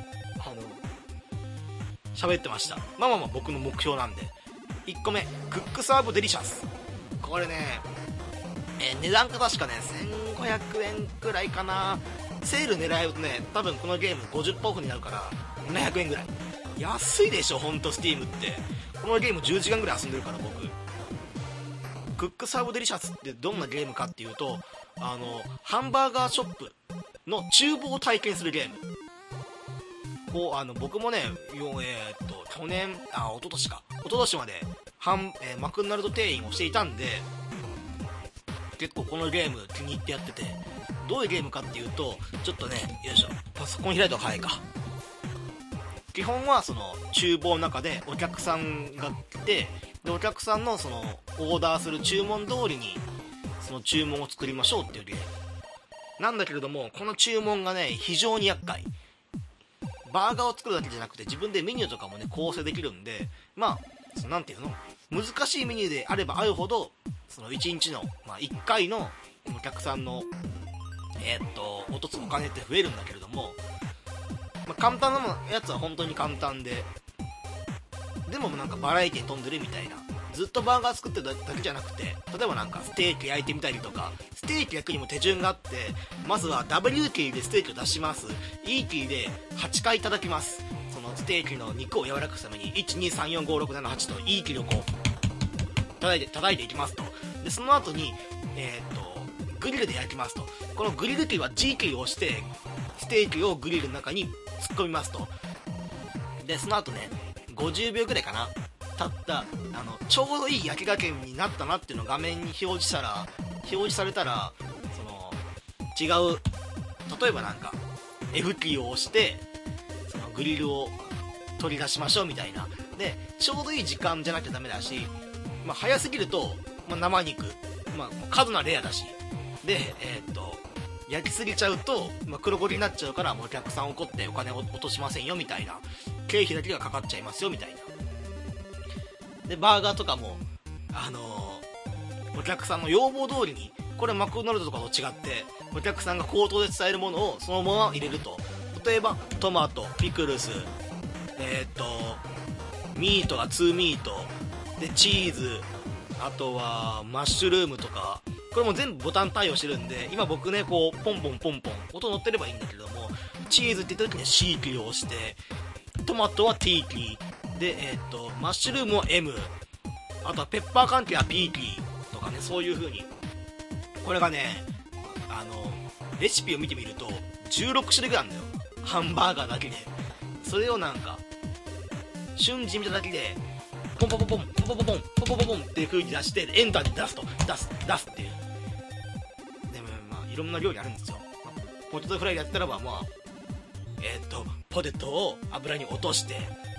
[SPEAKER 1] 喋ってました。僕の目標なんで。1個目、クックサーブデリシャス。これね、値段が確かね1500円くらいかな。セール狙うとね、多分このゲーム 50% オフになるから700円ぐらい。安いでしょほんと。 Steam ってこのゲーム10時間ぐらい遊んでるから僕。クックサーブデリシャスってどんなゲームかっていうと、ハンバーガーショップの厨房を体験するゲーム。僕もね、去年、一昨年までマクドナルド店員をしていたんで、結構このゲーム気に入ってやってて、どういうゲームかっていうと、ちょっとね、よいしょ、パソコン開いた方が早いか。基本はその厨房の中でお客さんが来て、でお客さんのそのオーダーする注文通りにその注文を作りましょうっていうゲームなんだけれども、この注文がね非常に厄介。バーガーを作るだけじゃなくて自分でメニューとかもね構成できるんで、なんていうの、難しいメニューであればあるほどその1日の、1回のお客さんの落とすお金って増えるんだけれども、簡単なやつは本当に簡単で、でもなんかバラエティに富んでるみたいな。ずっとバーガー作ってるだけじゃなくて、例えばなんかステーキ焼いてみたりとか、ステーキ焼くにも手順があって、まずは W キーでステーキを出します。E キーで8回叩きます。そのステーキの肉を柔らかくするために 1,2,3,4,5,6,7,8 と E キーをこう叩いていきますと。でその後にグリルで焼きますと。このグリルキーは G キーを押してステーキをグリルの中に突っ込みますと。でその後ね50秒ぐらいかな経ったちょうどいい焼き加減になったなっていうのを画面に表示されたら、その違う、例えばなんか F キーを押してそのグリルを取り出しましょうみたいな。でちょうどいい時間じゃなきゃダメだし、早すぎると、生肉、過度なレアだし、で焼きすぎちゃうと、黒焦げになっちゃうから、お客さん怒ってお金を落としませんよみたいな、経費だけがかかっちゃいますよみたいな。でバーガーとかもお客さんの要望通りに、これマクドナルドとかと違ってお客さんが口頭で伝えるものをそのまま入れると。例えばトマト、ピクルス、ミートが2ミートでチーズ、あとはマッシュルームとか、これも全部ボタン対応してるんで、今僕ねこうポンポンポンポン音乗ってればいいんだけれども、チーズって言った時には C キーを押して、トマトは T キーで、マッシュルームは M、 あとはペッパー関係は P キーとかね、そういう風に。これがねレシピを見てみると16種類ぐらいあるんだよ、ハンバーガーだけで。それをなんか瞬時見ただけでポンポンポンポンポンポンポンポンポンポンポンっていう風に出して、エンターで出すっていう。でもいろんな料理あるんですよ。ポテトフライやったらばポテトを油に落として、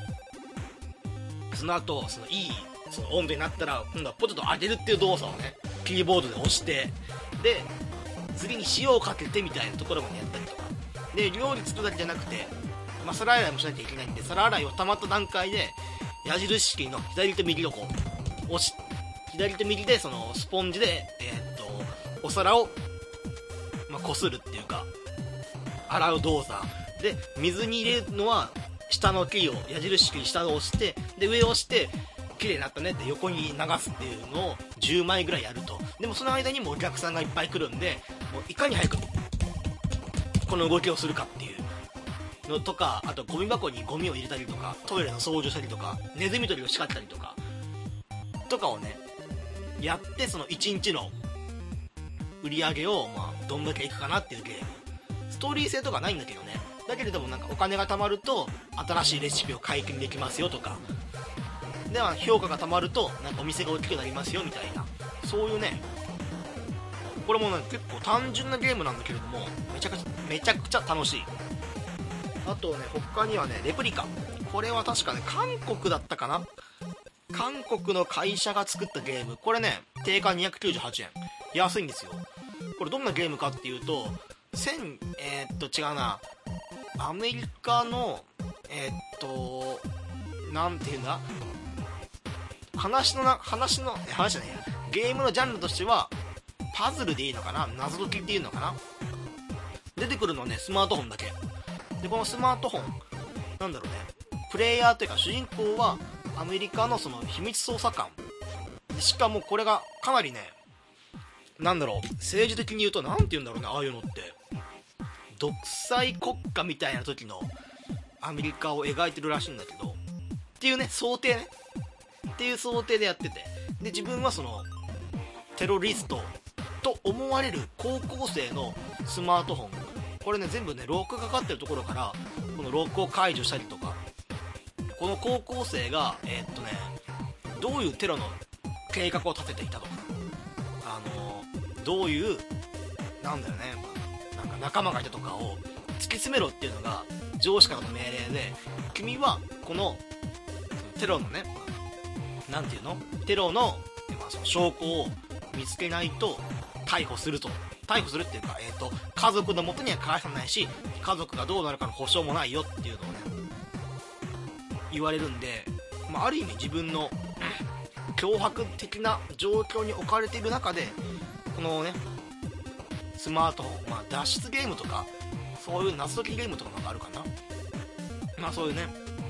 [SPEAKER 1] その後そのいいその温度になったら今度はポテトを揚げるっていう動作をねキーボードで押して、で次に塩をかけてみたいなところまでやったりとかで、料理作るだけじゃなくて、皿洗いもしなきゃいけないんで、皿洗いを溜まった段階で矢印式の左と右をこう押し、左と右でそのスポンジでお皿をこするっていうか洗う動作で、水に入れるのは下のキーを矢印式に下を押して、で上を押して綺麗になったねって横に流すっていうのを10枚ぐらいやると。でもその間にもお客さんがいっぱい来るんで、もういかに早くこの動きをするかっていうのとか、あとゴミ箱にゴミを入れたりとか、トイレの掃除したりとか、ネズミ捕りを叱ったりとかをねやって、その1日の売り上げをどんだけいくかなっていうゲーム。ストーリー性とかないんだけどね、 だけれどもなんかお金が貯まると新しいレシピを解禁できますよとかでは評価が貯まるとなんかお店が大きくなりますよみたいな、そういうね、これもね結構単純なゲームなんだけれどもめちゃくちゃ楽しい。あとね他にはねレプリカ、これは確かね韓国だったかな、韓国の会社が作ったゲーム、これね定価298円、安いんですよ。これどんなゲームかっていうと違うな、アメリカのなんていうんだ、話じゃないや、ゲームのジャンルとしてはパズルでいいのかな、謎解きっていうのかな、出てくるのはねスマートフォンだけで、このスマートフォンなんだろうね、プレイヤーというか主人公はアメリカのその秘密捜査官で、しかもこれがかなりね、なんだろう、政治的に言うとなんて言うんだろうね、ああいうのって独裁国家みたいな時のアメリカを描いてるらしいんだけど、っていうね想定ねっていう想定でやってて、で自分はそのテロリストと思われる高校生のスマートフォン、これね全部ねロックかかってるところからこのロックを解除したりとか、この高校生がどういうテロの計画を立てていたとか、どういうなんだよね、なんか仲間がいたとかを突き詰めろっていうのが上司からの命令で、君はこのテロのね、なんていうの、テロの、その証拠を見つけないと逮捕するっていうか、家族の元には返さないし、家族がどうなるかの保証もないよっていうのをね言われるんで、ある意味自分の脅迫的な状況に置かれている中で、このねスマートフォン、脱出ゲームとかそういう謎解きゲームとかがあるかな、そういうね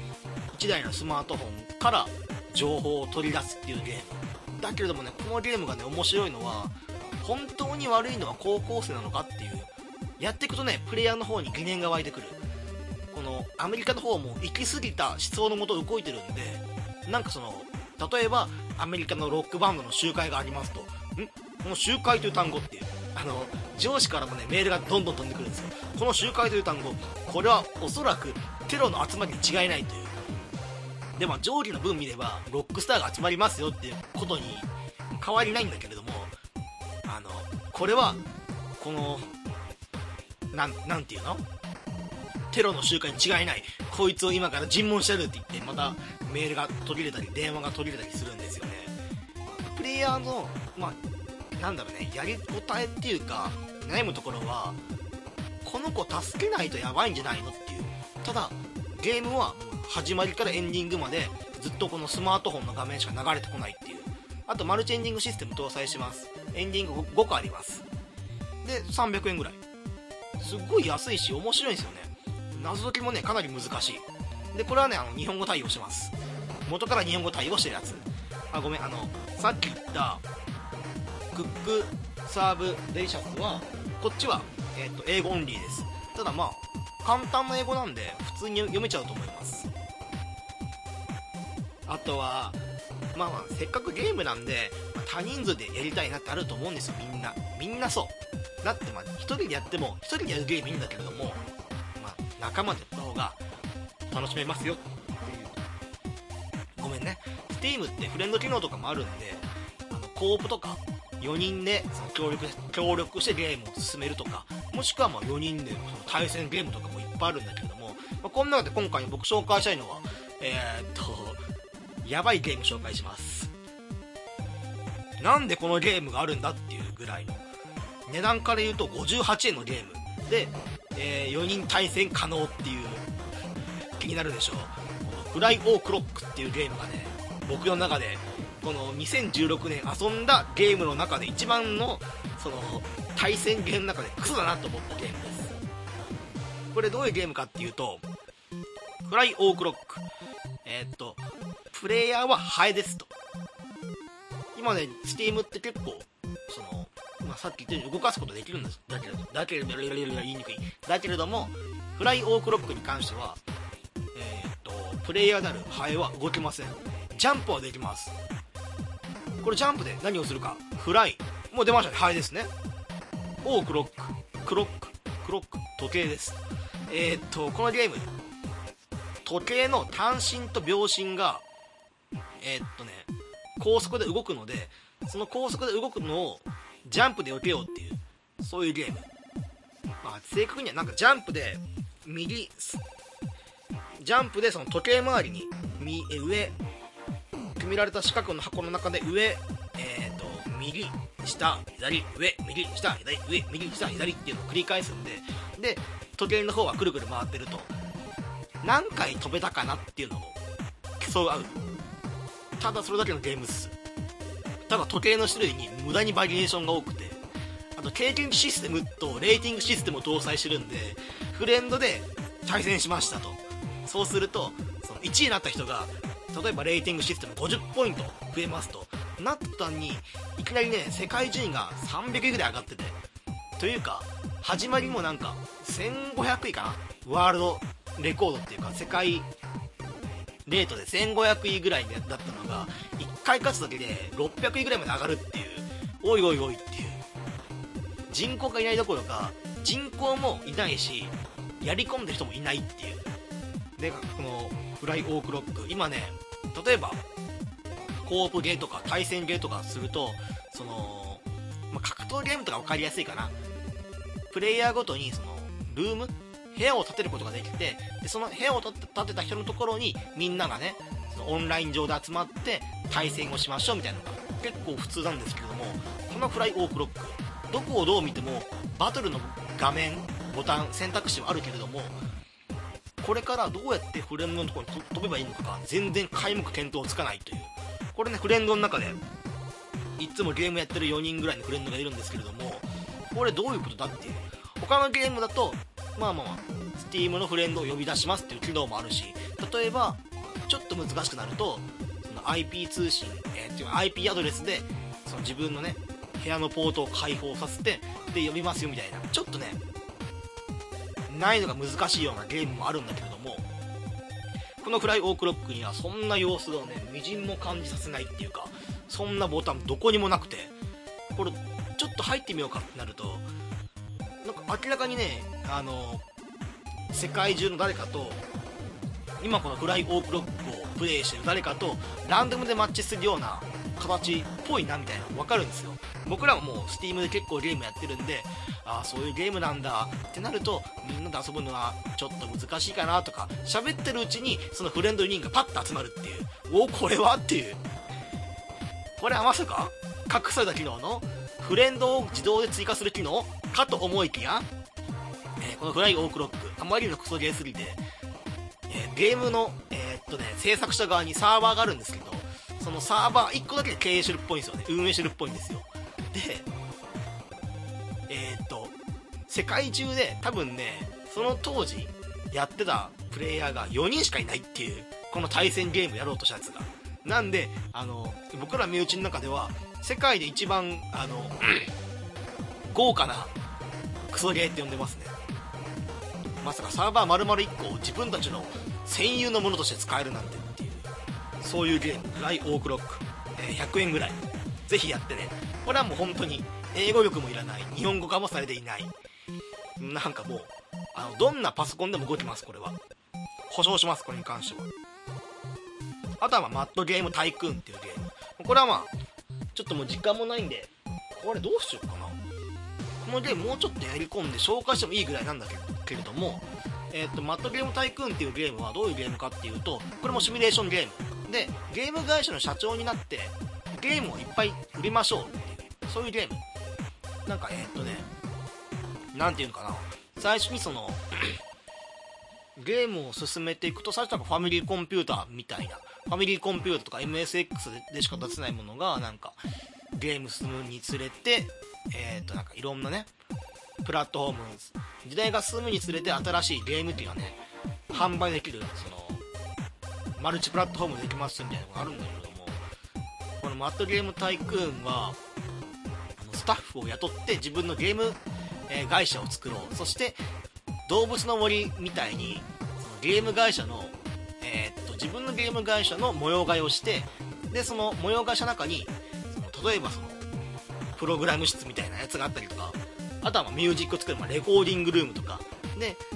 [SPEAKER 1] 1台のスマートフォンから情報を取り出すっていうゲームだけれどもね、このゲームがね面白いのは、本当に悪いのは高校生なのかっていう、やっていくとねプレイヤーの方に疑念が湧いてくる。このアメリカの方も行き過ぎた思想のもと動いてるんで、なんかその例えばアメリカのロックバンドの集会がありますと、この集会という単語っていう上司からもねメールがどんどん飛んでくるんですよ。この集会という単語、これはおそらくテロの集まりに違いないという。で上記の文見ればロックスターが集まりますよっていうことに変わりないんだけれども、これはこのなんていうの、テロの集会に違いない、こいつを今から尋問してやるって言って、またメールが途切れたり電話が途切れたりするんですよね。プレイヤーのなんだろうね、やりごたえっていうか悩むところは、この子助けないとやばいんじゃないのっていう。ただゲームは始まりからエンディングまでずっとこのスマートフォンの画面しか流れてこないっていう。あとマルチエンディングシステム搭載します。エンディング5個あります。で300円ぐらい、すっごい安いし面白いんですよね。謎解きもねかなり難しい。でこれはね日本語対応してます。元から日本語対応してるやつ。ごめん、さっき言ったクックサーブデリシャスはこっちは、英語オンリーです。ただ簡単な英語なんで普通に読めちゃうと思います。あとはせっかくゲームなんで多人数でやりたいなってあると思うんですよ。みんなそうだって、一人でやっても一人でやるゲームいいんだけれども、仲間でやった方が楽しめますよっていう。ごめんね、 Steam ってフレンド機能とかもあるんで、コープとか4人で協力してゲームを進めるとか、もしくは4人でその対戦ゲームとかもいっぱいあるんだけれども、この中で今回僕紹介したいのはやばいゲーム紹介します。なんでこのゲームがあるんだっていうぐらいの値段から言うと58円のゲームで、4人対戦可能っていう、気になるでしょう。このフライオークロックっていうゲームがね、僕の中でこの2016年遊んだゲームの中で一番のその対戦ゲームの中でクソだなと思ったゲームです。これどういうゲームかっていうと、フライオークロック、プレイヤーはハエですと。今ね Steam って結構その、さっき言ったように動かすことできるんです。だけれどもフライオークロックに関してはプレイヤーであるハエは動けません。ジャンプはできます。これジャンプで何をするか、フライもう出ましたね、ハエですね。オークロック、クロック、時計です。 このゲーム時計の単針と秒針が高速で動くので、その高速で動くのをジャンプで避けようっていう、そういうゲーム。まあ正確にはなんかジャンプでその時計回りに上決められた四角の箱の中で上右下左上右下左上右下左っていうのを繰り返すんで、時計の方はくるくる回ってると何回飛べたかなっていうのを競い合う、ただそれだけのゲームっす。ただ時計の種類に無駄にバリエーションが多くて、あと経験システムとレーティングシステムを搭載してるんで、フレンドで対戦しましたと、そうするとその1位になった人が例えばレーティングシステム50ポイント増えますとなった途端に、いきなりね世界順位が300位ぐらい上がってて、というか始まりもなんか1500位かな、ワールドレコードっていうか世界レートで1500位ぐらいだったのが1回勝つだけで600位ぐらいまで上がるっていう、おいおいおいっていう、人口がいないどころか人口もいないしやり込んでる人もいないっていう。でこのフライオークロック、今ね例えばコープゲーとか対戦ゲーとかすると、その、格闘ゲームとか分かりやすいかな、プレイヤーごとにそのルーム部屋を建てることができて、でその部屋を建てた人のところにみんながねそのオンライン上で集まって対戦をしましょうみたいなのが結構普通なんですけれども、このフライオークロックどこをどう見てもバトルの画面ボタン選択肢はあるけれども、これからどうやってフレンドのところに飛べばいいのかが全然皆目見当つかないという。これねフレンドの中でいつもゲームやってる4人ぐらいのフレンドがいるんですけれども、これどういうことだっていう。他のゲームだとSteam のフレンドを呼び出しますっていう機能もあるし、例えばちょっと難しくなるとその IP 通信、IP アドレスでその自分のね部屋のポートを開放させてで呼びますよみたいな、ちょっとね難易度が難しいようなゲームもあるんだけれども、このフライオークロックにはそんな様子をねみじんも感じさせないっていうか、そんなボタンどこにもなくて、これちょっと入ってみようかってなるとなんか明らかにね世界中の誰かと今このフライオークロックをプレイしてる誰かとランダムでマッチするような形っぽいなみたいなの分かるんですよ。僕らももう Steam で結構ゲームやってるんで、そういうゲームなんだってなるとみんなで遊ぶのはちょっと難しいかなとか喋ってるうちにそのフレンド4人がパッと集まるっていう、これはっていう、これはまさか隠された機能のフレンドを自動で追加する機能かと思いきや、このフライオークロックあまりのクソゲーすぎて、ゲームの、制作者側にサーバーがあるんですけど、そのサーバー1個だけ経営してるっぽいんですよね、運営してるっぽいんですよ。で世界中で多分ねその当時やってたプレイヤーが4人しかいないっていう、この対戦ゲームやろうとしたやつがなんで僕ら身内の中では世界で一番豪華なクソゲーって呼んでますね。まさかサーバー丸々1個を自分たちの専有のものとして使えるなんてっていう、そういうゲームフライオークロック、100円ぐらいぜひやってね。これはもう本当に英語力もいらない、日本語化もされていない、なんかもうどんなパソコンでも動きます。これは保証します、これに関しては。あとはマッドゲームタイクーンっていうゲーム、これはちょっともう時間もないんでこれどうしようかな。このゲームもうちょっとやり込んで紹介してもいいぐらいなんだけれども、マッドゲームタイクーンっていうゲームはどういうゲームかっていうと、これもシミュレーションゲームでゲーム会社の社長になってゲームをいっぱい売りましょうっていう、そういうゲーム。なんかなんていうのかな、最初にそのゲームを進めていくと最初はファミリーコンピューターみたいな、ファミリーコンピューターとか MSX でしか出せないものがなんかゲーム進むにつれてなんかいろんなねプラットフォーム、時代が進むにつれて新しいゲームっていうのはね販売できる、そのマルチプラットフォームできますみたいなのがあるんだけれども、このマッドゲームタイクーンはスタッフを雇って自分のゲーム、会社を作ろう。そして動物の森みたいにそのゲーム会社の、自分のゲーム会社の模様替えをして、でその模様替え社の中に例えばそのプログラム室みたいなやつがあったりとか、あとはミュージックを作る、レコーディングルームとかで、そ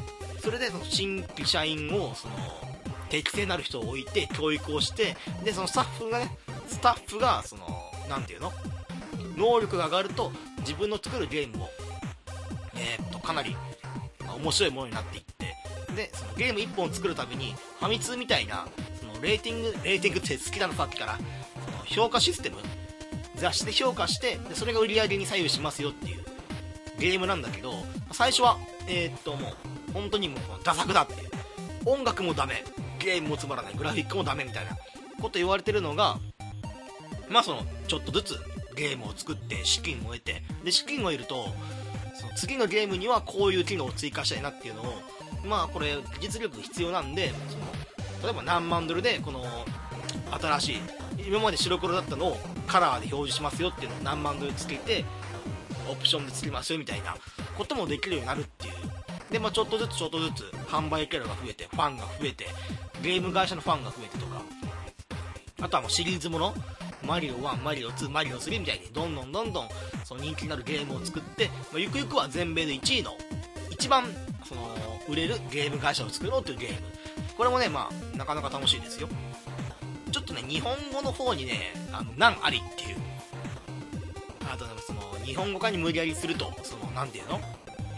[SPEAKER 1] それでその新規社員を適正なる人を置いて教育をして、でそのスタッフがなんていうの、能力が上がると自分の作るゲームをかなり面白いものになっていって、でそのゲーム1本作るたびにファミ通みたいなレーティングって好きなのさっきから、評価システム、雑誌で評価して、でそれが売り上げに左右しますよっていうゲームなんだけど、最初はもう本当にもうダ作だっていう、音楽もダメ、ゲームもつまらない、グラフィックもダメみたいなこと言われてるのが、ちょっとずつゲームを作って資金を得て、で資金を得ると次のゲームにはこういう機能を追加したいなっていうのを、これ技術力必要なんで、例えば何万ドルでこの新しい、今まで白黒だったのをカラーで表示しますよっていうのを何万ドルつけてオプションでつけますよみたいなこともできるようになるっていう。でちょっとずつ販売キャラが増えて、ファンが増えて、ゲーム会社のファンが増えてとか、あとはもうシリーズもの、マリオ1、マリオ2、マリオ3みたいにどんどんその人気になるゲームを作って、ゆくゆくは全米で1位の一番売れるゲーム会社を作ろうというゲーム。これもねなかなか楽しいですよ。ちょっとね日本語の方にね難ありっていう、あと日本語化に無理やりするとなんていうの、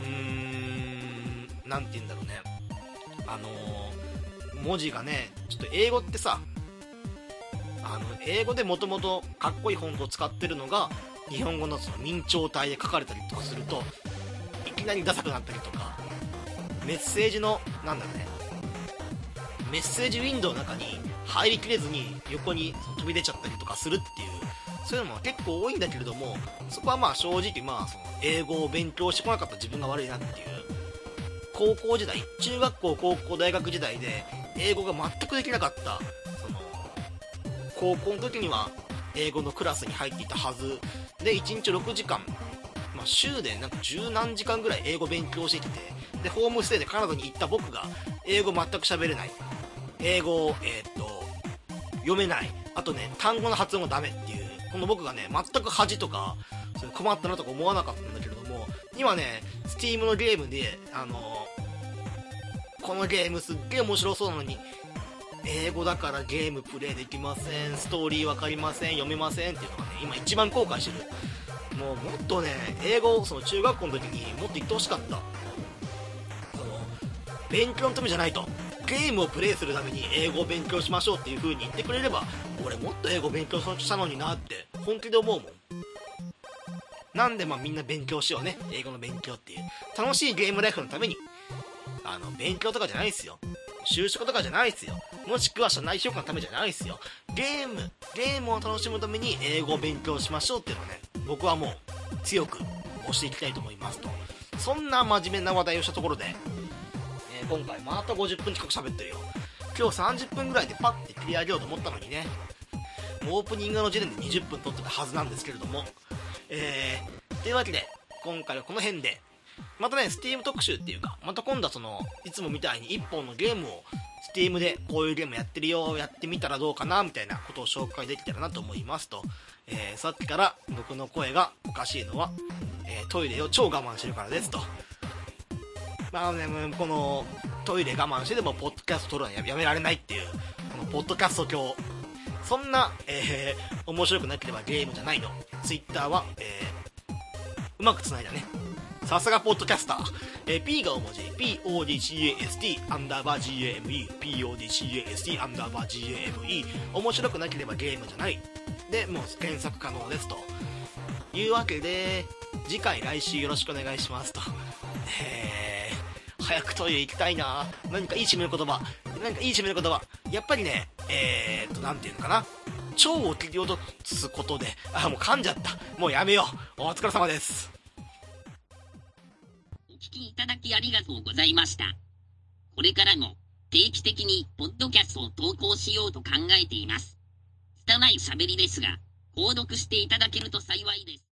[SPEAKER 1] なんていうんだろうね、文字がね、ちょっと英語ってさ、英語でもともとかっこいいフォントを使ってるのが日本語の明朝体で書かれたりとかするといきなりダサくなったりとか、メッセージのメッセージウィンドウの中に入りきれずに横に飛び出ちゃったりとかするっていう、そういうのも結構多いんだけれども、そこは正直英語を勉強してこなかった自分が悪いなっていう。高校時代、中学校、高校、大学時代で英語が全くできなかった、高校の時には英語のクラスに入っていたはずで、1日6時間、週で十何時間ぐらい英語勉強してきて、でホームステイでカナダに行った僕が英語全く喋れない、英語を読めない、あとね単語の発音がダメっていう、この僕がね全く恥とかそれ困ったなとか思わなかったんだけれども、今ね Steam のゲームでこのゲームすっげえ面白そうなのに英語だからゲームプレイできません、ストーリーわかりません、読めませんっていうのがね今一番後悔してる。もっとね英語を中学校の時にもっと言ってほしかった。勉強のためじゃないと、ゲームをプレイするために英語を勉強しましょうっていう風に言ってくれれば、俺もっと英語勉強したのになって本気で思うもん。なんでみんな勉強しようね、英語の勉強っていう楽しいゲームライフのために、勉強とかじゃないですよ、就職とかじゃないですよ、もしくは社内評価のためじゃないですよ、ゲームを楽しむために英語を勉強しましょうっていうのをね、僕はもう強く推していきたいと思いますと。そんな真面目な話題をしたところで、今回また50分近く喋ってるよ。今日30分ぐらいでパッて切り上げようと思ったのにね、もうオープニングの時点で20分撮ってたはずなんですけれども、というわけで今回はこの辺で、またね Steam 特集っていうか、また今度はいつもみたいに1本のゲームを Steam でこういうゲームやってるよ、やってみたらどうかなみたいなことを紹介できたらなと思いますと。さっきから僕の声がおかしいのは、トイレを超我慢してるからですと。このトイレ我慢してでもポッドキャスト撮るのはやめられないっていう、このポッドキャスト教、そんな、面白くなければゲームじゃないの Twitter は、うまくつないだね、さすがポッドキャスター、P が大文字 PODCAST _GAME PODCAST _GAME、 面白くなければゲームじゃないでもう検索可能ですというわけで、次回来週よろしくお願いしますと。早くトイレ行きたいな。何かいい締めの言葉、やっぱりね、なんていうのかな、腸を切り落とすことで、もう噛んじゃった、もうやめよう。お疲れ様です。
[SPEAKER 2] お聞きいただきありがとうございました。これからも定期的にポッドキャストを投稿しようと考えています。拙い喋りですが、購読していただけると幸いです。